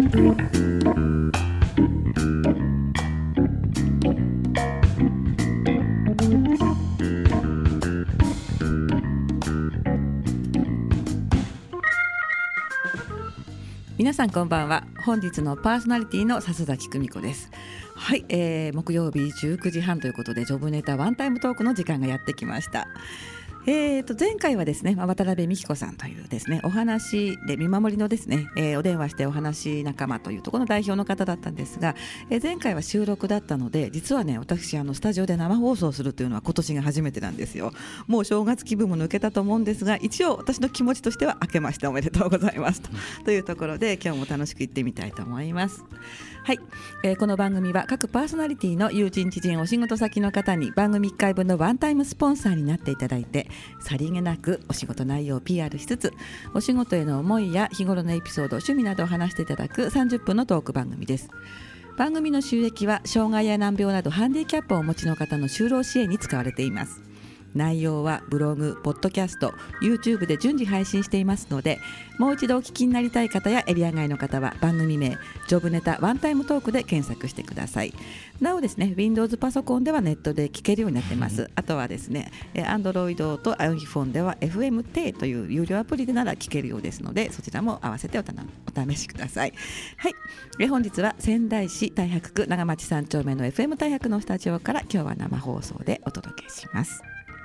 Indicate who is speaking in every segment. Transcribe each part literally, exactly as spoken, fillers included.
Speaker 1: 皆さんこんばんは。本日のパーソナリティの笹崎久美子です。はい、えー、木曜日じゅうくじはんということでジョブネタワンタイムトークの時間がやってきました。えー、と前回はですね渡辺美希子さんというですねお話で見守りのですね、えー、お電話してお話仲間というところの代表の方だったんですが、えー、前回は収録だったので実はね私あのスタジオで生放送するというのは今年が初めてなんですよ。もう正月気分も抜けたと思うんですが一応私の気持ちとしては明けましておめでとうございます と, というところで今日も楽しく行ってみたいと思います。はい、えー、この番組は各パーソナリティの友人知人お仕事先の方に番組いっかいぶんのワンタイムスポンサーになっていただいてさりげなくお仕事内容を ピーアール しつつお仕事への思いや日頃のエピソード趣味などを話していただくさんじゅっぷんのトーク番組です。番組の収益は障害や難病などハンディキャップをお持ちの方の就労支援に使われています。内容はブログ、ポッドキャスト、YouTube で順次配信していますのでもう一度お聞きになりたい方やエリア外の方は番組名ジョブネタワンタイムトークで検索してください。なおですね Windows パソコンではネットで聞けるようになってます。あとはですね Android と iPhone では エフエムテー という有料アプリでなら聞けるようですのでそちらも合わせて お, たお試しください。はい、え本日は仙台市太白区長町さん丁目の エフエム 太白のスタジオから今日は生放送でお届けします。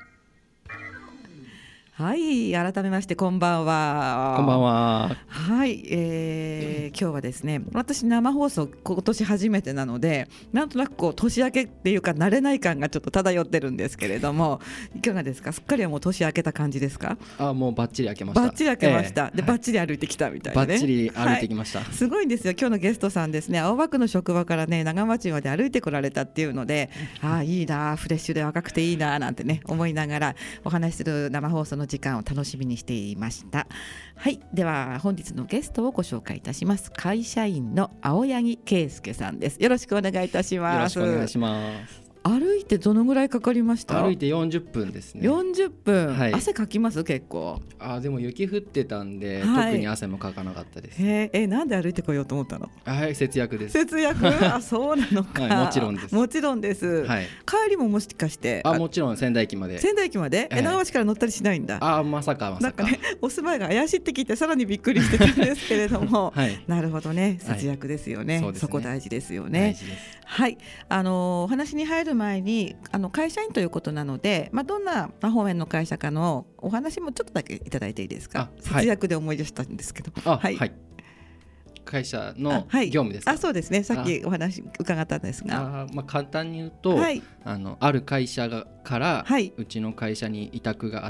Speaker 1: はい、改めましてこんばんは。
Speaker 2: こんばんは。
Speaker 1: はい、えー、今日はですね私生放送今年初めてなのでなんとなくこう年明けっていうか慣れない感がちょっと漂ってるんですけれどもいかがですか。すっかりはもう年明けた感じですか。
Speaker 2: あもうバッチリ明けました。
Speaker 1: バッチリ明けました、
Speaker 2: えー、
Speaker 1: で、
Speaker 2: はい、
Speaker 1: バッチリ歩いてきたみたいなね。
Speaker 2: バッチリ歩いてきました、
Speaker 1: はい、すごいんですよ。今日のゲストさんですね青葉区の職場からね長町まで歩いてこられたっていうのであいいなフレッシュで若くていいななんてね思いながらお話しする生放送の時間を楽しみにしていました。はい、では本日のゲストをご紹介いたします。会社員の青柳圭介さんです。よろしくお願いいたします。
Speaker 2: よろしくお願いします。
Speaker 1: 歩いてどのぐらいかかりました。
Speaker 2: 歩いてよんじゅっぷんですね。
Speaker 1: よんじゅっぷん、
Speaker 2: はい、
Speaker 1: 汗かきます結構。
Speaker 2: あでも雪降ってたんで、はい、特に汗もかかなかったです。
Speaker 1: へえなんで歩いてこようと思ったの。
Speaker 2: はい節約です。
Speaker 1: 節約あそうなのか、
Speaker 2: はい、もちろんです。
Speaker 1: もちろんです、はい、帰りももしかして
Speaker 2: あもちろん仙台駅まで。
Speaker 1: 仙台駅まで、え長町から乗ったりしないんだ。
Speaker 2: あまさかまさか
Speaker 1: なんかねお住まいが怪しいって聞いてさらにびっくりしてたんですけれども、はい、なるほどね節約ですよね、はい、 そ, ねそこ大事ですよね。
Speaker 2: 大事です。
Speaker 1: はい、あのお話に入る前にあの会社員ということなので、まあ、どんな方面の会社かのお話もちょっとだけいただいていいですか。節約で思い出したんですけど、
Speaker 2: あ、はいはい、会社の業務ですか。
Speaker 1: あ、はい、あそうですねさっきお話伺ったんですが
Speaker 2: あ、まあ、簡単に言うと、はい、あのある会社がから、はい、うちの会社に委託があって、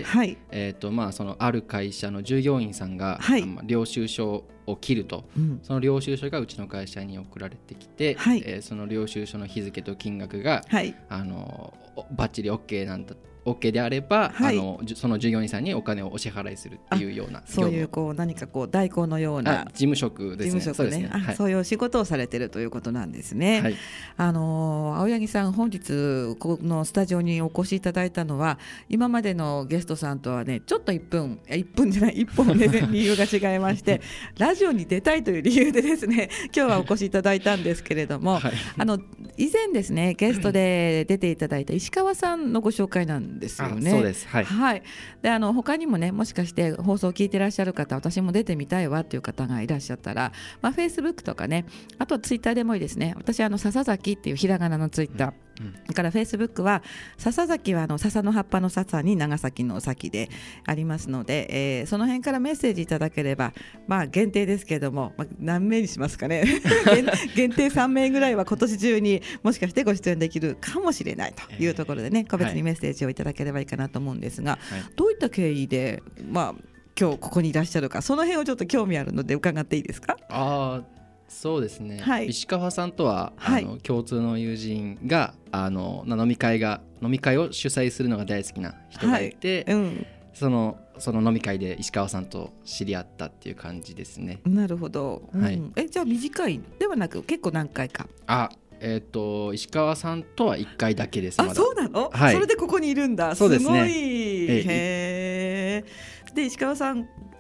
Speaker 2: はいえーとまあ、そのある会社の従業員さんが、はいまあ、領収書を切ると、うん、その領収書がうちの会社に送られてきて、はいえー、その領収書の日付と金額が、はい、あのバッチリ OK なんだOK であれば、はい、あのその従業員さんにお金をお支払いするっていうような
Speaker 1: そういうこう何かこう代行のような
Speaker 2: 事務職ですね。
Speaker 1: 事務職ね、そうですね、あ、はい、そういう仕事をされてるということなんですね、はい、あの青柳さん本日このスタジオにお越しいただいたのは今までのゲストさんとはねちょっといっぷんいっぷんじゃないいっぽんで、ね、理由が違いましてラジオに出たいという理由でですね今日はお越しいただいたんですけれども、はい、あの以前ですねゲストで出ていただいた石川さんのご紹介なんですよね。
Speaker 2: そうです、はい
Speaker 1: はい、であの他にもねもしかして放送を聞いてらっしゃる方私も出てみたいわっていう方がいらっしゃったら、まあ、Facebook とかねあとは Twitter でもいいですね。私あの笹崎っていうひらがなの Twitter、うんうん、だから Facebook は笹崎はあの笹の葉っぱの笹に長崎の崎でありますので、えー、その辺からメッセージいただければ、まあ、限定ですけども、まあ、何名にしますかね限定さんめいぐらいは今年中にもしかしてご出演できるかもしれないというところでね、えー、個別にメッセージをいただければいいかなと思うんですが、はい、どういった経緯で、まあ、今日ここにいらっしゃるかその辺をちょっと興味あるので伺っていいですか。
Speaker 2: あそうですね、はい、石川さんとは、
Speaker 1: はい、
Speaker 2: あの共通の友人があの飲み会が飲み会を主催するのが大好きな人がいて、はいうん、そのその飲み会で石川さんと知り合ったっていう感じですね。
Speaker 1: なるほど、うんはい、えじゃあ短いではなく結構何回か。
Speaker 2: あえー、と石川さんとはいっかいだけです。まだ
Speaker 1: あそうなの、はい、それでここにいるんだ。
Speaker 2: そうですね。
Speaker 1: すごいへーで石川さん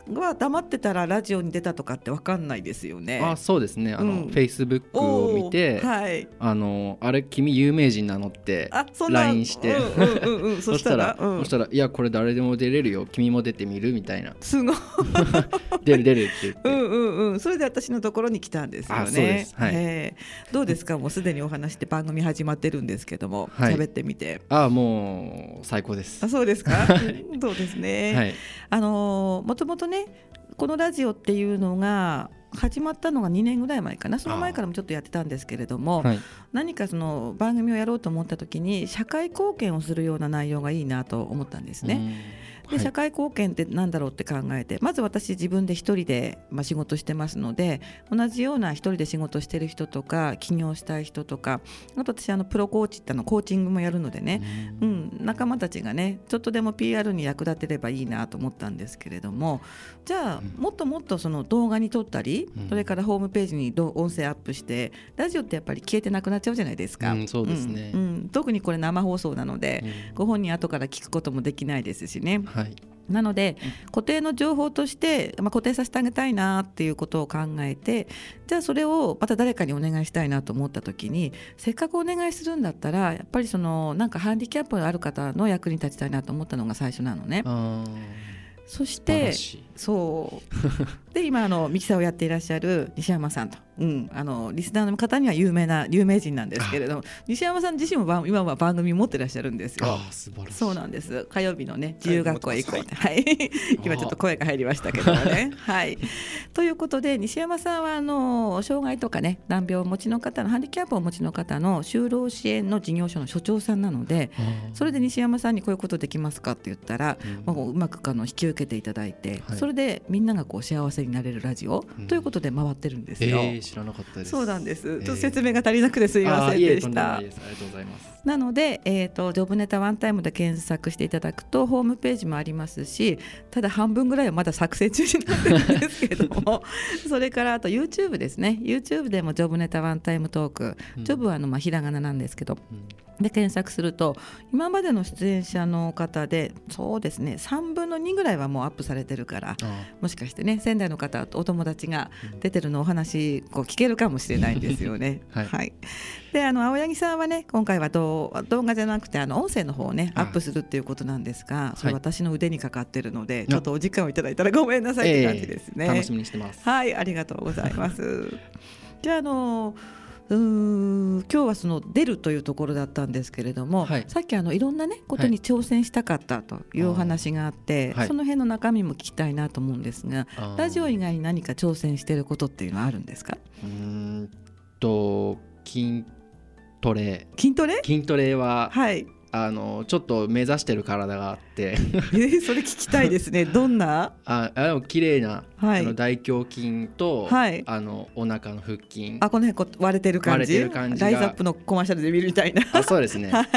Speaker 1: は黙ってたらラジオに出たとかって分かんないですよね。
Speaker 2: あ、そうですね。あの、うん、Facebook を見て、はい、あのあれ君有名人なのってラインして、そしたら、うん、そしたらいやこれ誰でも出れるよ、君も出てみるみたいな。
Speaker 1: すごい
Speaker 2: 出る出るって言って、
Speaker 1: うんうんうん、それで私のところに来たんですよね。
Speaker 2: あ、そうです、はい、
Speaker 1: えー、どうですか、もうすでにお話で番組始まってるんですけども、はい、喋ってみて。
Speaker 2: あ、もう最高です。
Speaker 1: あ、そうですかそうですね、はい、あのもともとねこのラジオっていうのが始まったのがにねんぐらい前かな。その前からもちょっとやってたんですけれども、はい、何かその番組をやろうと思った時に社会貢献をするような内容がいいなと思ったんですね。で、はい、社会貢献って何だろうって考えて、まず私自分で一人で、まあ、仕事してますので、同じような一人で仕事してる人とか起業したい人とか、あと私あのプロコーチってのコーチングもやるのでね、うん、仲間たちがねちょっとでも ピーアール に役立てればいいなと思ったんですけれども、じゃあ、うん、もっともっとその動画に撮ったり、うん、それからホームページに音声アップして、ラジオってやっぱり消えてなくなっちゃうじゃないですか、
Speaker 2: うん、そうですね、
Speaker 1: うんうん、特にこれ生放送なので、うん、ご本人後から聞くこともできないですしね、はい、なので固定の情報として、まあ、固定させてあげたいなっていうことを考えて、じゃあそれをまた誰かにお願いしたいなと思った時に、せっかくお願いするんだったらやっぱりそのなんかハンディキャップのある方の役に立ちたいなと思ったのが最初なのね。あ、そしてそうで今あのミキサーをやっていらっしゃる西山さんと、うん、あのリスナーの方には有名な有名人なんですけれども、西山さん自身も今は番組持ってらっしゃるんですよ。
Speaker 2: あ、素晴らしい。
Speaker 1: そうなんです。火曜日のね自由学校へ行こうって、はい、今ちょっと声が入りましたけどもねはい、ということで西山さんはあの障害とかね難病をお持ちの方のハンディキャップをお持ちの方の就労支援の事業所の所長さんなので、それで西山さんにこういうことできますかって言ったら、うん、もううまくあの引き受けていただいて、はい、それでみんながこう幸せになれるラジオ、うん、ということで回ってるんですよ。
Speaker 2: えー、知らなかったです。
Speaker 1: そうなんです。ちょっと説明が足りなくてすいませんでした。
Speaker 2: あ、いえ、とんでもないです。ありがとうございます。
Speaker 1: なので、えーと、ジョブネタワンタイムで検索していただくとホームページもありますし、ただ半分ぐらいはまだ作成中になってるんですけどもそれからあと YouTube ですね。 YouTube でもジョブネタワンタイムトーク、うん、ジョブはあのまあひらがななんですけど、うん、で検索すると今までの出演者の方でそうですねさんぶんのにぐらいはもうアップされてるから、もしかしてね仙台の方とお友達が出てるのお話こう聞けるかもしれないんですよねはい、はい、であの青柳さんはね今回は動画じゃなくてあの音声の方をねアップするっていうことなんですが、それ私の腕にかかってるので、はい、ちょっとお時間をいただいたらごめんなさいって感じですね、
Speaker 2: えー、楽しみにしてます。
Speaker 1: はい、ありがとうございますじゃああのうーん今日はその出るというところだったんですけれども、はい、さっきあのいろんな、ね、ことに挑戦したかったというお話があって、はい、その辺の中身も聞きたいなと思うんですが、ラジオ以外に何か挑戦していることっていうのはあるんですか？
Speaker 2: うーんと筋トレ
Speaker 1: 筋トレ
Speaker 2: 筋トレは、
Speaker 1: はい、
Speaker 2: あのちょっと目指してる体があって
Speaker 1: えー、それ聞きたいですねどんな
Speaker 2: ああの綺麗な、はい、あの大胸筋と、はい、あのお腹の腹筋、
Speaker 1: あこの辺こう割れてる感じ、
Speaker 2: 割れてる感じが
Speaker 1: ライズアップのコマーシャルで見るみたいな
Speaker 2: あそうですね、
Speaker 1: はい、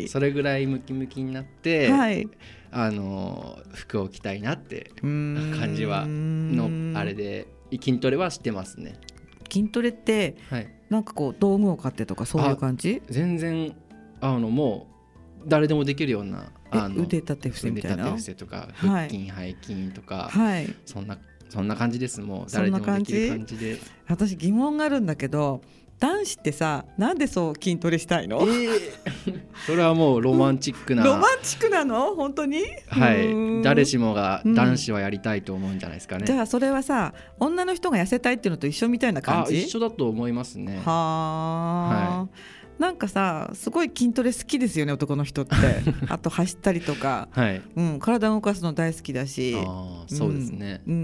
Speaker 2: それぐらいムキムキになって、はい、あの服を着たいなって感じはのあれで筋トレはしてますね。
Speaker 1: 筋トレって、はい、なんかこう道具を買ってとかそういう感じ？
Speaker 2: 全然あのもう誰でもできるようなあの
Speaker 1: 腕立て伏せみたいな、
Speaker 2: 腕立て伏せとか腹筋、はい、背筋とか、はい、そんなそんな感じです。もう誰でもできる感じで。
Speaker 1: 私疑問があるんだけど、男子ってさなんでそう筋トレしたいの？えー、
Speaker 2: それはもうロマンチックな、
Speaker 1: ロマンチックなの本当に？
Speaker 2: はい、誰しもが男子はやりたいと思うんじゃないですかね、うん、
Speaker 1: じゃあそれはさ女の人が痩せたいっていうのと一緒みたいな感じ？
Speaker 2: あ一緒だと思いますね。
Speaker 1: は、はい、なんかさすごい筋トレ好きですよね男の人ってあと走ったりとか、はいうん、体を動かすの大好きだし、
Speaker 2: あそうですね、うんうん、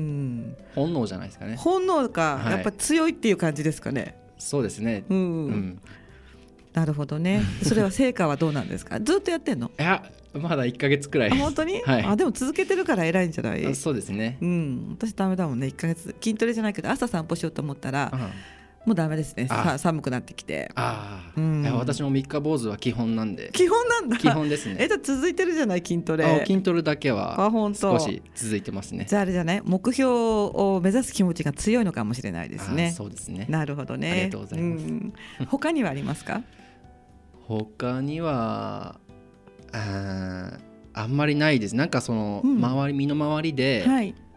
Speaker 2: 本能じゃないですかね。
Speaker 1: 本能か、はい、やっぱ強いっていう感じですかね。
Speaker 2: そうですね、
Speaker 1: うんうん、なるほどね。それは成果はどうなんですか？ずっとやってんの？
Speaker 2: いやまだいっかげつくらいです。
Speaker 1: 本当に、
Speaker 2: はい、
Speaker 1: あでも続けてるから偉いんじゃない？
Speaker 2: そうですね、
Speaker 1: うん、私ダメだもんね。いっかげつ筋トレじゃないけど朝散歩しようと思ったら、うん、もうダメですね。さ寒くなってきて。
Speaker 2: あ、うん、いや私も三日坊主は基本なんで。
Speaker 1: 基本なんだ。
Speaker 2: 基本ですね。
Speaker 1: えっと続いてるじゃない筋トレ。
Speaker 2: 筋トレだけは少し続いてますね。
Speaker 1: じゃああれじゃない、目標を目指す気持ちが強いのかもしれないですね。
Speaker 2: あそうですね。
Speaker 1: なるほどね。
Speaker 2: ありがとうございます、うん、
Speaker 1: 他にはありますか？
Speaker 2: 他には あ, あんまりないです。なんかその周り、うん、身の回りで、はい、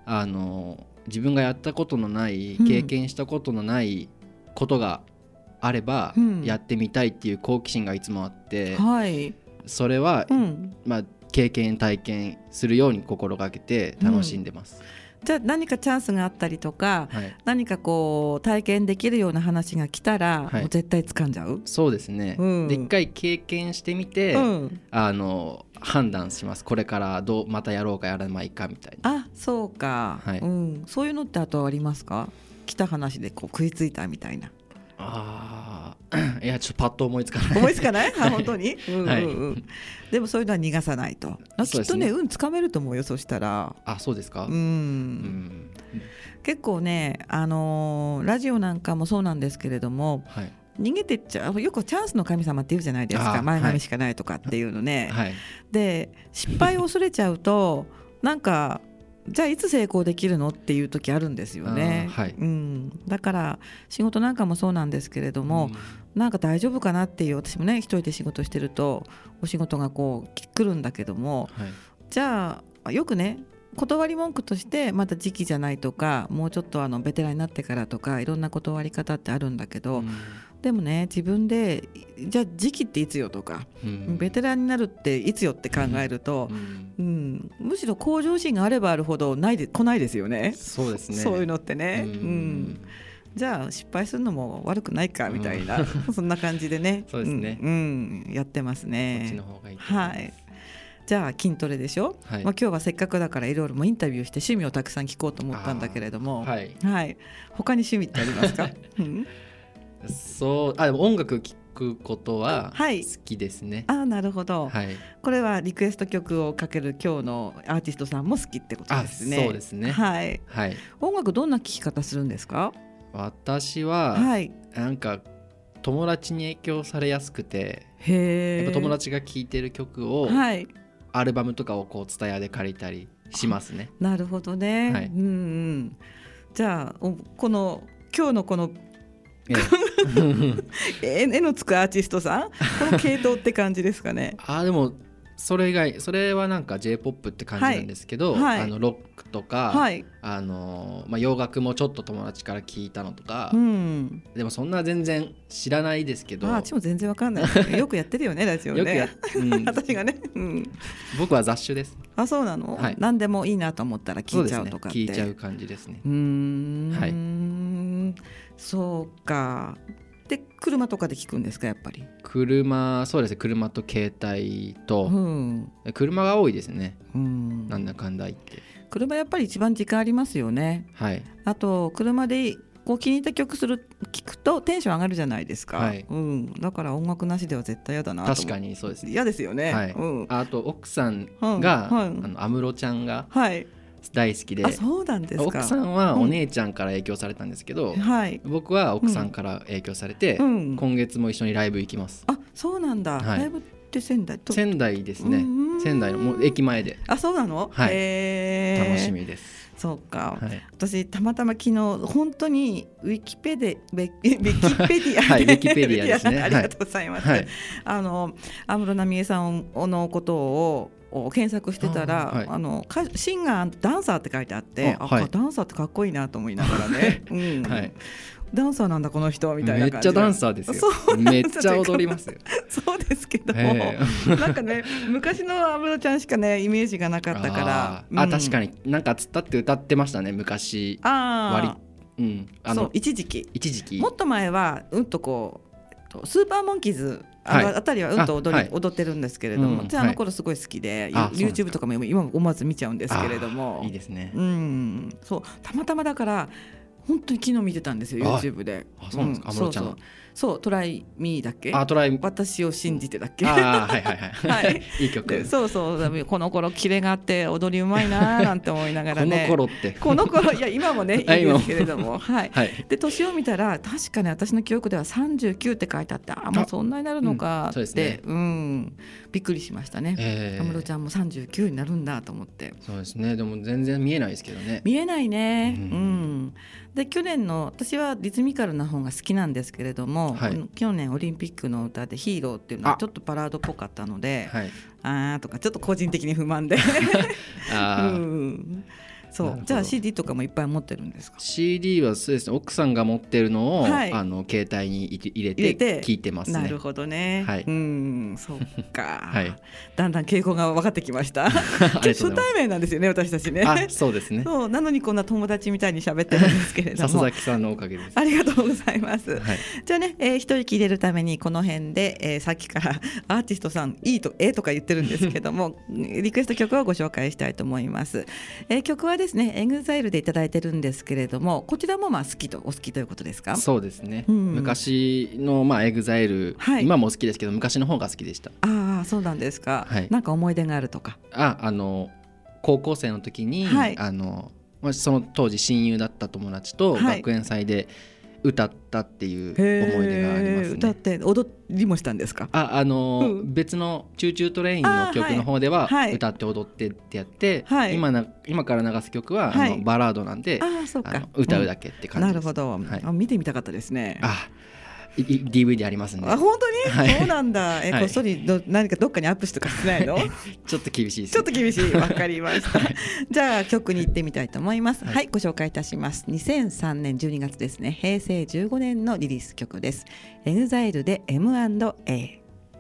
Speaker 2: あの自分がやったことのない経験したことのないことがあれば、うん、やってみたいっていう好奇心がいつもあって、はい、それは、うんまあ、経験体験するように心がけて楽しんでます、
Speaker 1: うん、じゃあ何かチャンスがあったりとか、はい、何かこう体験できるような話が来たら、はい、もう絶対掴んじゃう？
Speaker 2: そうですね、うん、で一回経験してみて、うん、あの判断します。これからどうまたやろうかやらないかみたいな。
Speaker 1: あ、そうか、はいうん、そういうのってあとはありますか？来た話でこう食いついたみたいな。
Speaker 2: あいやちょっとパッと思いつかない
Speaker 1: 思いつかないあ本当に、うんうんうんはい、でもそういうのは逃がさないと。きっとね運つかめると思うよ。そしたら
Speaker 2: あそうですか、うん、うん、
Speaker 1: 結構ね、あのー、ラジオなんかもそうなんですけれども、はい、逃げてっちゃう。よくチャンスの神様って言うじゃないですか。前髪しかないとかっていうのね、はい、で失敗を恐れちゃうとなんかじゃあいつ成功できるのっていう時あるんですよね、はいうん、だから仕事なんかもそうなんですけれども、うん、なんか大丈夫かなっていう、私もね一人で仕事してるとお仕事がこう来るんだけども、はい、じゃあよくね断り文句としてまだ時期じゃないとかもうちょっとあのベテランになってからとかいろんな断り方ってあるんだけど、うん、でもね自分でじゃあ時期っていつよとか、うん、ベテランになるっていつよって考えると、うんうん、むしろ向上心があればあるほどないで来ないですよね。
Speaker 2: そうですね。
Speaker 1: そういうのってね、うんうん、じゃあ失敗するのも悪くないかみたいな、うん、そんな感じでね
Speaker 2: そうですね、
Speaker 1: うんうん、やってますね。
Speaker 2: こっちの方がいいと思います。
Speaker 1: はいじゃあ筋トレでしょ、はいまあ、今日はせっかくだからいろいろインタビューして趣味をたくさん聞こうと思ったんだけれども、はいはい、他に趣味ってありますか？うん、
Speaker 2: そうあでも音楽聴くことは好きですね、
Speaker 1: はい、あなるほど、はい、これはリクエスト曲をかける今日のアーティストさんも好きってことですね。
Speaker 2: あそうですね、はい
Speaker 1: はい、音楽どんな聴き方するんですか？
Speaker 2: 私は、はい、なんか友達に影響されやすくてへやっぱ友達が聴いてる曲を、はい、アルバムとかをこうTSUTAYAで借りたりしますね。
Speaker 1: なるほどね、はいうんうん、じゃあこの今日のこの絵のつくアーティストさんこの系統って感じですかね？
Speaker 2: あでもそれ以外それはなんか J-ポップ って感じなんですけど、はいはい、あのロックとか、はいあのまあ、洋楽もちょっと友達から聞いたのとか、うん、でもそんな全然知らないですけど
Speaker 1: ああちも全然わかんないよくやってるよねラジオねよくや、うん、私がね、うん、
Speaker 2: 僕は雑種です。
Speaker 1: あそうなの、はい、何でもいいなと思ったら聞いちゃうとかって、
Speaker 2: そうですね、聞いちゃう感じですね。
Speaker 1: うーん、はい、そうか。で車とかで聞くんですか？やっぱり
Speaker 2: 車そうですね車と携帯と、うん、車が多いですね、うん、なんだかんだ言って
Speaker 1: 車やっぱり一番時間ありますよね、はい、あと車でこう気に入った曲する聞くとテンション上がるじゃないですか、はいうん、だから音楽なしでは絶対嫌だなと思う。
Speaker 2: 確かにそうですね
Speaker 1: 嫌ですよね、はいうん、
Speaker 2: あと奥さんが安室、うん、ちゃんが、はい大好きで。
Speaker 1: あそうなんですか。
Speaker 2: 奥さんはお姉ちゃんから影響されたんですけど、うんはい、僕は奥さんから影響されて、うん、今月も一緒にライブ行きます。
Speaker 1: あそうなんだ、はい、ライブって仙台と
Speaker 2: 仙台ですね。仙台のもう駅前で。
Speaker 1: あそうなの、はい、へ
Speaker 2: 楽しみです。
Speaker 1: そうか、はい、私たまたま昨日本当にウィキペデウィキペディア
Speaker 2: はいウィキペディアですね
Speaker 1: ありがとうございます、はい、あの安室奈美恵さんのことを検索してたら あ、はい、あのシンガーダンサーって書いてあってあ、はい、ダンサーってかっこいいなと思いながらね、うんはい、ダンサーなんだこの人みたいな感じ。
Speaker 2: めっちゃダンサーですよ。めっちゃ踊りますよ。
Speaker 1: そうですけども、えー、なんかね昔の安室ちゃんしかねイメージがなかったから
Speaker 2: あ、うん、あ確かになんかつったって歌ってましたね昔。あ割、うん、あの
Speaker 1: そう一時期
Speaker 2: 一時期
Speaker 1: もっと前はうんとこうスーパーモンキーズあのあたりはうんと 踊, り、はい、踊ってるんですけれども、うん、私あの頃すごい好きで、はい、YouTube とかも今も思わず見ちゃうんですけれども
Speaker 2: いいですね、
Speaker 1: うん、そうたまたまだから本当に昨日見てたんですよ YouTube で。
Speaker 2: あそうなんですか、安室ちゃん。
Speaker 1: そうそうトライミーだっけ。
Speaker 2: あトライ
Speaker 1: 私を信じてだっけ。
Speaker 2: あはいはいはい、はい、いい曲。
Speaker 1: そうそうこの頃キレがあって踊りうまいななんて思いながらね
Speaker 2: この頃って
Speaker 1: この頃いや今もねいいですけれどもはい、はい、で年を見たら確かに私の記憶ではさんじゅうきゅうって書いてあってあもうそんなになるのかって、うん そうですね、うんびっくりしましたね。安室ちゃんもさんじゅうきゅうになるんだと思って。
Speaker 2: そうですね。でも全然見えないですけどね。
Speaker 1: 見えないね、うんうん、で去年の私はリズミカルな方が好きなんですけれども、はい、去年オリンピックの歌でヒーローっていうのはちょっとバラードっぽかったので あ,、はい、あとかちょっと個人的に不満であ、うん、 そうじゃあ シーディー とかもいっぱい持ってるんですか？
Speaker 2: シーディー はそうですね、奥さんが持ってるのを、はい、あの携帯に入れて聞いてますね。
Speaker 1: なるほどね、はい、うんそうか、はい、だんだん傾向が分かってきました初対面なんですよね私たちね。
Speaker 2: あそうですね。
Speaker 1: そうなのにこんな友達みたいに喋ってるんですけれども
Speaker 2: 笹崎さんのおかげです。
Speaker 1: ありがとうございます、はい、じゃあね、えー、一息入れるためにこの辺で、えー、さっきからアーティストさんいいとえーとか言ってるんですけどもリクエスト曲をご紹介したいと思います、えー、曲はですねエグザイルでいただいてるんですけれども、こちらもまあ好きとお好きということですか？
Speaker 2: そうですね、うん、昔のまあエグザイル、はい、今も好きですけど昔の方が好きでした。
Speaker 1: ああそうなんですか、はい、なんか思い出があるとか？
Speaker 2: ああの高校生の時に、はい、あのその当時親友だった友達と学園祭で歌ったっていう思い出がありますね。
Speaker 1: 歌って踊りもしたんですか？
Speaker 2: あ、あのーうん、別のチューチュートレインの曲の方では歌って踊ってってやって、はい、今, な今から流す曲は、はい、あのバラードなんで、あそうか、あの歌うだけって感じです、うん、なるほど、はい、あ見てみたかったですね。あディーブイディー ありますね。
Speaker 1: あ本当に、はい、そうなんだ。え、はい、こっそりど何かどっかにアップとかしてないの？
Speaker 2: ちょっと厳しいです、ね、
Speaker 1: ちょっと厳しい。わかりました。じゃあ曲に行ってみたいと思います。はい、はい、ご紹介いたします。にせんさんねんじゅうにがつですね。へいせいじゅうごねんのリリース曲です。エグザイルで エムアンドエー。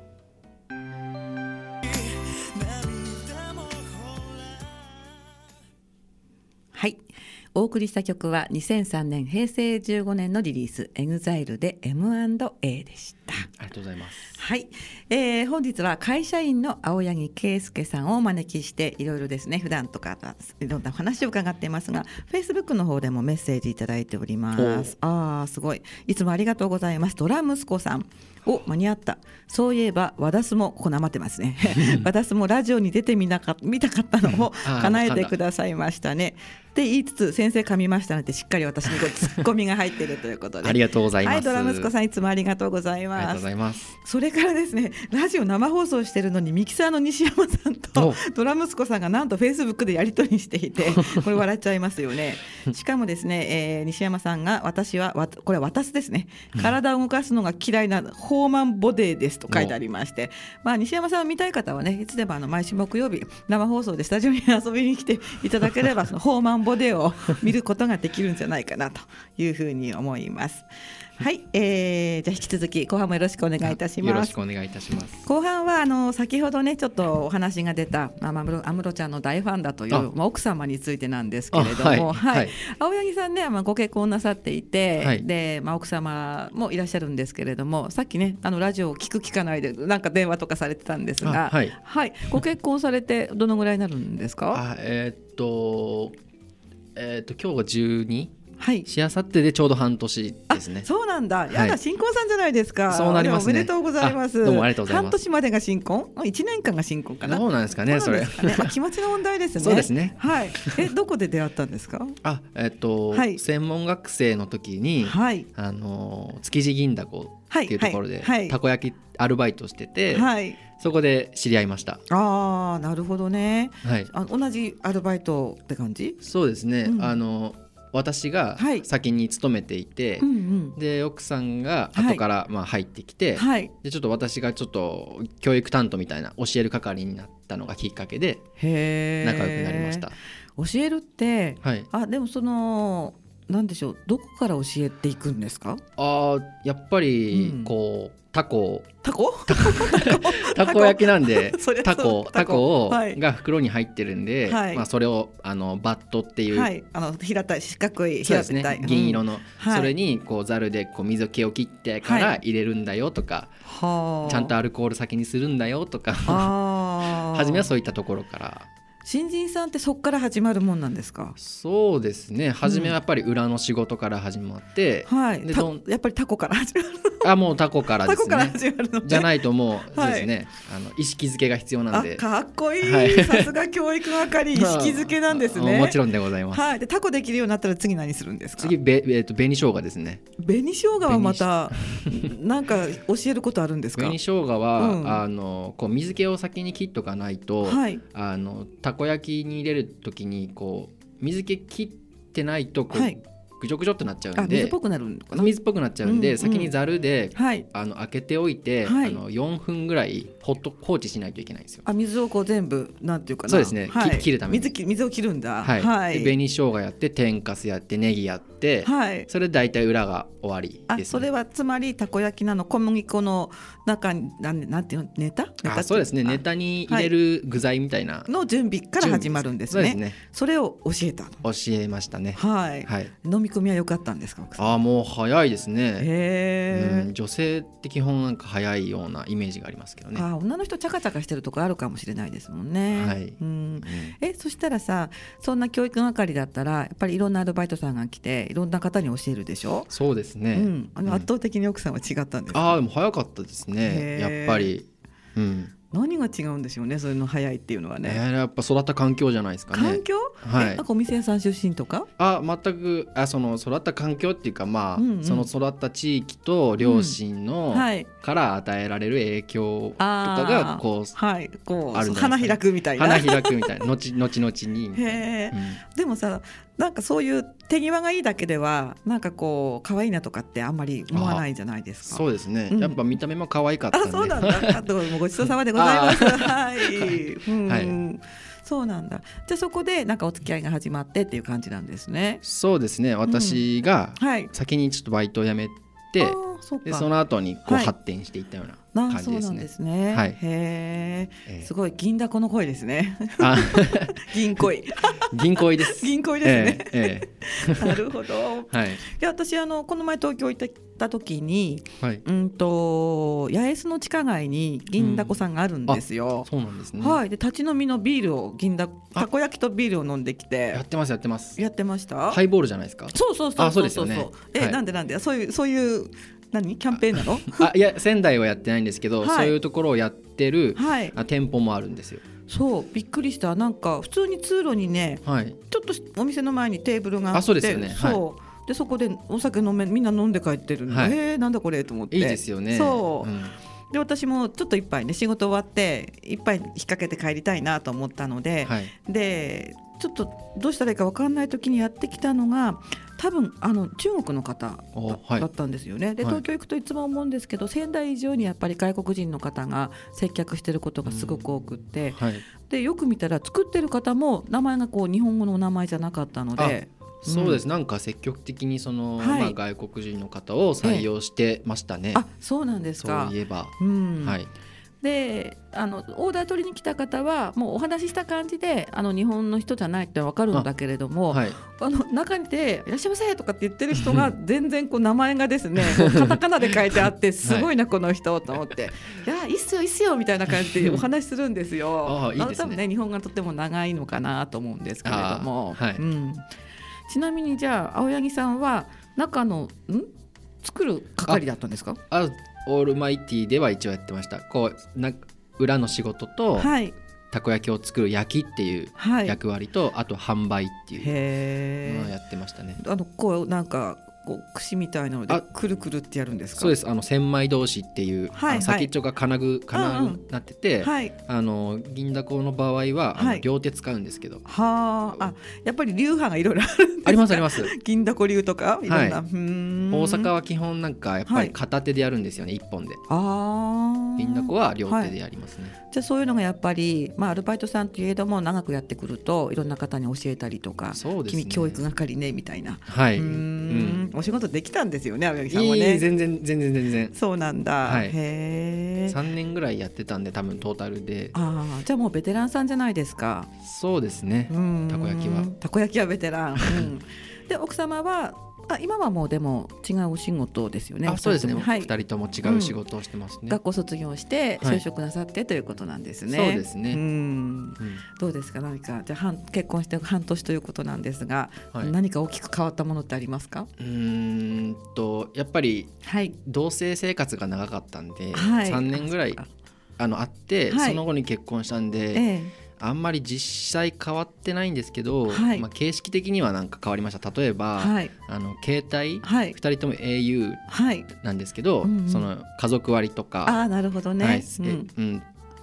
Speaker 1: はい。お送りした曲はにせんさんねんへいせいじゅうごねんのリリースエグザイルで エムアンドエー でした。
Speaker 2: ありがとうございます。
Speaker 1: はい、えー、本日は会社員の青柳圭介さんをお招きしていろいろですね普段とかいろんな話を伺っていますが Facebook の方でもメッセージいただいております。あーすごい、いつもありがとうございます。ドラ息子さん、お間に合った。そういえば和田スもここなまってますね和田スもラジオに出てみなか見たかったのを叶えてくださいましたねって言いつつ先生噛みましたのでしっかり私にこうツッコミが入っているということで
Speaker 2: ありがとうございます。はい、
Speaker 1: ドラ息子さんいつもありがとうございます。
Speaker 2: ありがとうございます。
Speaker 1: それからですねラジオ生放送してるのにミキサーの西山さんとドラ息子さんがなんと Facebook でやり取りしていてこれ笑っちゃいますよねしかもですね、えー、西山さんが私はわこれは私ですね体を動かすのが嫌いなホーマンボデーですと書いてありまして、まあ、西山さんを見たい方はねいつでもあの毎週木曜日生放送でスタジオに遊びに来ていただければそのホーマンボデーを見ることができるんじゃないかなというふうに思います。はい、えー、じゃあ引き続き後半もよろしくお願いいたします。
Speaker 2: よろしくお願いいたします。
Speaker 1: 後半はあの先ほどねちょっとお話が出た安室ちゃんの大ファンだというまあ、奥様についてなんですけれども、はいはいはい、青柳さんね、まあ、ご結婚なさっていて、はい、で、まあ、奥様もいらっしゃるんですけれどもさっきねあのラジオを聞く聞かないでなんか電話とかされてたんですが、はいはい、ご結婚されてどのぐらいになるんですか？
Speaker 2: あえー、っとえー、っと今日がじゅうにはい、しあさってでちょうど半年ですね。
Speaker 1: そうなんだ。やだ、新婚さんじゃないですか。
Speaker 2: そうなりますね。
Speaker 1: おめでとうございます。
Speaker 2: どうもありがとうございます。
Speaker 1: 半年までが新婚、いちねんかんが新婚かな。
Speaker 2: どうなんですかね、それ。
Speaker 1: あ、気持ちの問題ですね。
Speaker 2: そうですね。
Speaker 1: はい。え、どこで出会ったんですか？
Speaker 2: あ、えっと、はい、専門学生の時に、はい、あの築地銀だこっていうところで、はいはい、たこ焼きアルバイトしてて、はい、そこで知り合いました。
Speaker 1: ああ、なるほどね。はい。あ、同じアルバイトって感じ？
Speaker 2: そうですね。うん、あの。私が先に勤めていて、はいうんうん、で奥さんが後からまあ入ってきて、はい、でちょっと私がちょっと教育担当みたいな教える係になったのがきっかけで仲良くなりました。
Speaker 1: 教えるって、はい、あでもそのなんでしょう、どこから教えていくんですか？あ
Speaker 2: やっぱりこう、うん、タコ
Speaker 1: タコ
Speaker 2: たこ焼きなんでタコタコが袋に入ってるんで、はいまあ、それをあのバットっていう、はい、
Speaker 1: あの平たい四角い
Speaker 2: 平たい、そうですね、銀色の、うん、それにこうザルでこう水気を切ってから入れるんだよとか、はい、ちゃんとアルコール先にするんだよとか初めはそういったところから。
Speaker 1: 新人さんってそこから始まるもんなんですか？
Speaker 2: そうですね、初めはやっぱり裏の仕事から始まって、
Speaker 1: うんはい、でどやっぱりタコから始まる
Speaker 2: のあもうタコからですね。タコから始まるの、ね、じゃないともう、はい、そうですね、あの意識づけが必要なんで。
Speaker 1: あかっこいい、はい、さすが教育係意識づけなんですね。
Speaker 2: もちろんでございます、
Speaker 1: はい、でタコできるようになったら次何するんですか？
Speaker 2: 次べ、えー、と紅生姜ですね。
Speaker 1: 紅生姜はまたなんか教えることあるんですか？
Speaker 2: 紅生姜は、うん、あのこう水気を先に切っとかないと、はい、あのたこ焼きに入れる時にこう水気切ってないとこう、はい、 ぐちょぐちょってなっちゃうんで、
Speaker 1: 水っぽくなるのかな、
Speaker 2: 水っぽくなっちゃうんで、うんうん、先にざるで、
Speaker 1: はい、
Speaker 2: あの開けておいて、はい、あのよんぷんぐらいほっと放置しないといけないんですよ。
Speaker 1: あ、水をこう全部なんていうかな、
Speaker 2: そうですね、はい、切るために
Speaker 1: 水, 水を切るんだ、
Speaker 2: はいはい、で紅生姜やって天かすやってネギやって、はい、それで大体裏が終わりです、ね、
Speaker 1: あ、それはつまりたこ焼きなの、小麦粉の中になんなんていうの、ネタ、ネタ
Speaker 2: あ、そうですね、ネタに入れる具材みたいな、
Speaker 1: はい、の準備から始まるんですね。 そうですね、それを教えたの。
Speaker 2: 教えましたね。
Speaker 1: はい、はい、飲み込みは良かったんですか？
Speaker 2: あ、もう早いですね。
Speaker 1: へ、
Speaker 2: うん、女性って基本なんか早いようなイメージがありますけどね。
Speaker 1: あ、女の人チャカチャカしてるところあるかもしれないですもんね。
Speaker 2: はい、
Speaker 1: うんうん、えそしたらさ、そんな教育係だったらやっぱりいろんなアルバイトさんが来ていろんな方に教えるでしょ。
Speaker 2: そうですね、
Speaker 1: うん、あの圧倒的に奥さんは違ったんですか？
Speaker 2: うん、あ、でも早かったですね、やっぱり、うん、
Speaker 1: 何が違うんでしょうね、そういうの早いっていうのはね。
Speaker 2: えー、やっぱ育った環境じゃないですかね。
Speaker 1: 環境、
Speaker 2: はい、
Speaker 1: なんかお店屋さん出身とか？
Speaker 2: あ、全く、あ、その育った環境っていうか、まあ、うんうん、その育った地域と両親の、うん、はい、から与えられる影響とかがこう、
Speaker 1: はい、こうあるんじゃないですかね。花開くみたいな、
Speaker 2: 花開くみたいな後々に
Speaker 1: へ、うん、でもさ、なんかそういう手際がいいだけではなんかこう可愛いなとかってあんまり思わないじゃないですか。
Speaker 2: そうですね、うん、やっぱ見た目も可愛かったんで。
Speaker 1: あ、そうなんだ。どうもごちそうさまでございます。はい、うん、はい、そうなんだ。じゃあそこでなんかお付き合いが始まってっていう感じなんですね。
Speaker 2: そうですね、私が先にちょっとバイトを辞めて、うん、はい、そ, でその後にこう発展していったような感じですね。
Speaker 1: そうなんですね、はい、へー、すごい銀だこの声ですね。銀恋
Speaker 2: 銀恋です
Speaker 1: 銀恋ですね、
Speaker 2: えーえー、
Speaker 1: なるほど、はい、いや私あのこの前東京行った時に、はい、うんと八重洲の地下街に銀だこさんがあるんですよ、
Speaker 2: うん、そうなんですね、
Speaker 1: はい、で立ち飲みのビールを銀だたこ焼きとビールを飲んできて。
Speaker 2: やってますやってます
Speaker 1: やってました。
Speaker 2: ハイボールじゃないですか。
Speaker 1: そうそうそうそうそう。
Speaker 2: あ、そうですよね。
Speaker 1: え、はい、なんでなんでそういうそういう何キャンペーンなの？
Speaker 2: あ、いや仙台はやってないんですけど、はい、そういうところをやってる、はい、あ店舗もあるんですよ。
Speaker 1: そうびっくりした。なんか普通に通路にね、はい、ちょっとお店の前にテーブルがあって、
Speaker 2: あ、そうですよね、
Speaker 1: そう、はい、でそこでお酒飲めみんな飲んで帰ってるんで、はい、えー、なんだこれと思って。
Speaker 2: いいですよね。
Speaker 1: そう、
Speaker 2: うん、
Speaker 1: で私もちょっと一杯ね仕事終わって一杯引っ掛けて帰りたいなと思ったので、はい、でちょっとどうしたらいいか分かんない時にやってきたのが多分あの中国の方 だ,、はい、だったんですよね。で東京行くといつも思うんですけど、はい、仙台以上にやっぱり外国人の方が接客してることがすごく多くって、うん、はい、でよく見たら作ってる方も名前がこう日本語のお名前じゃなかったので、
Speaker 2: そうです、うん、なんか積極的にその、はい、まあ、外国人の方を採用してましたね、
Speaker 1: ええ、あ、そうなんですか。
Speaker 2: そういえば、
Speaker 1: うん、
Speaker 2: はい、
Speaker 1: であのオーダー取りに来た方はもうお話しした感じであの日本の人じゃないって分かるんだけれども、あ、はい、あの中にでいらっしゃいませとかって言ってる人が全然こう名前がですねカタカナで書いてあってすごいな、はい、この人と思っていやいいっすよいいっすよみたいな感じでお話しするんですよ。あ、いいですね。多分ね日本がとっても長いのかなと思うんですけれども、はい、うん、ちなみにじゃあ青柳さんは中のん作る係だったんですか？
Speaker 2: ああ、オールマイティでは一応やってました。こうな裏の仕事と、はい、たこ焼きを作る焼きっていう役割と、はい、あと販売っていうのをやってましたね。
Speaker 1: あのこうなんかこう串みたいなのでくるくるってやるんですか？
Speaker 2: そうです。あの千枚通しっていう、はいはい、先っちょが金具金具になってて、うんうん、あの銀だこの場合は、はい、あの両手使うんですけど、
Speaker 1: はあ、やっぱり流派がいろいろあるんですか？
Speaker 2: ありますあります。
Speaker 1: 銀だこ流とかいろんな、はい、うーん、
Speaker 2: 大阪は基本なんかやっぱり片手でやるんですよね、はい、一本で。あ、銀だこは両手でやりますね、はい、
Speaker 1: じゃあそういうのがやっぱり、まあ、アルバイトさんといえども長くやってくるといろんな方に教えたりとか、そうですね、君教育係ねみたいな、はい、うーん、うん、お仕事できたんですよね、青柳さんもね。
Speaker 2: いい、全然全然全然。
Speaker 1: そうなんだ、はい、
Speaker 2: へー、さんねんぐらいやってたんで多分トータルで。
Speaker 1: あ、じゃあもうベテランさんじゃないですか。
Speaker 2: そうですね、たこ焼きは
Speaker 1: たこ焼きはベテラン、うん、で奥様はあ今はもうでも違うお仕事ですよね。
Speaker 2: あ、そうですね、はい、ふたりとも違う仕事をしてますね、うん、
Speaker 1: 学校卒業して就職なさって、はい、ということなんですね。
Speaker 2: そうですね、
Speaker 1: うん、うん、どうですか、何かじゃあ結婚して半年ということなんですが、はい、何か大きく変わったものってありますか？
Speaker 2: うーんとやっぱり同棲生活が長かったんで、はい、さんねんぐらい あ, あのあって、はい、その後に結婚したんで、ええ、あんまり実際変わってないんですけど、はい、まあ、形式的にはなんか変わりました。例えば、はい、あの携帯、はい、ふたりとも エーユー なんですけど、はい、うんうん、その家族割とか、
Speaker 1: あ、なるほどね、はい、
Speaker 2: うんうん、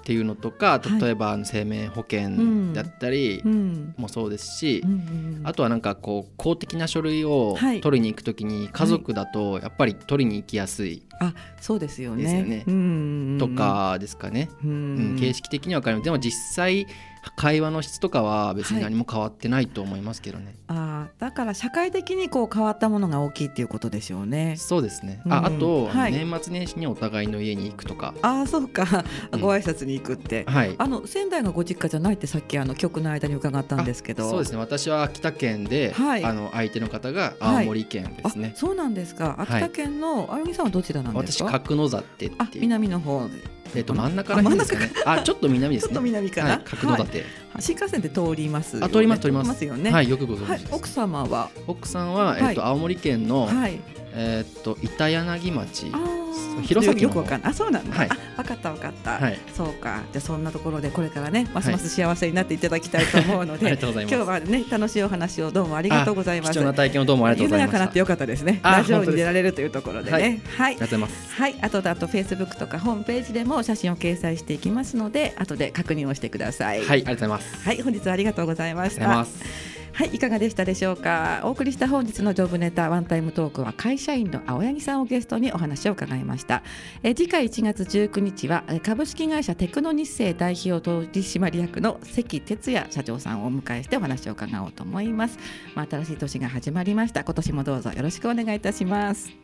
Speaker 2: っていうのとか、例えばあの生命保険だったりもそうですし、あとはなんかこう公的な書類を取りに行くときに家族だとやっぱり取りに行きやすい、
Speaker 1: あ、そうですよね。
Speaker 2: ですよね。うんうんうん、とかですかね。うん、形式的には分かります。でも実際会話の質とかは別に何も変わってないと思いますけどね。
Speaker 1: はい、あ、だから社会的にこう変わったものが大きいっていうことでしょうね。
Speaker 2: そうですね。あ、うん、あと、はい、年末年始にお互いの家に行くとか。
Speaker 1: あ、そうか、うん、ご挨拶に行くって、はい、あの仙台がご実家じゃないってさっきあの曲の間に伺ったんですけど。
Speaker 2: そうですね、私は秋田県で、はい、あの相手の方が青森県ですね。
Speaker 1: はい、そうなんですか。秋田県のあゆみさんはどちらなんですか。
Speaker 2: 私角館っていう、あ、
Speaker 1: 南の方
Speaker 2: えっと、真ん中ら辺ですかね。あ、ちょっと南ですね。
Speaker 1: ちょっと南かな。はい、
Speaker 2: 角館、はい、
Speaker 1: 新幹線で通りますよね。
Speaker 2: あ、通ります通ります。
Speaker 1: ますよね。
Speaker 2: はい、よくご存知です。
Speaker 1: はい、奥様は
Speaker 2: 奥さんは、えっと、青森県の、はい、えっと板柳町、弘前の方。よくわかんない。あ、そうなんだ。はい、あ、わかったわかった。はい、そうか。じゃあそんなところでこれからね、ますます幸せになっていただきたいと思うので、はい、今日はね楽しいお話をどうもありがとうございます。 貴重な体験をどうもありがとうございました。
Speaker 1: 緩やかなってよかったですね。ラジオに出られるというところでね。はい、
Speaker 2: はい、ありがとうございます。
Speaker 1: はい、あとだとフェイスブックとかホームページでも写真を掲載していきますので、後で確認をしてください。
Speaker 2: はい、ありがとうございます。
Speaker 1: はい、本日はありがとうございました。はい、いかがでしたでしょうか。お送りした本日のジョブネタワンタイムトークは会社員の青柳さんをゲストにお話を伺いました。え次回いちがつじゅうくにちは株式会社テクノ日清代表取締役の関哲也社長さんをお迎えしてお話を伺おうと思います。まあ、新しい年が始まりました。今年もどうぞよろしくお願いいたします。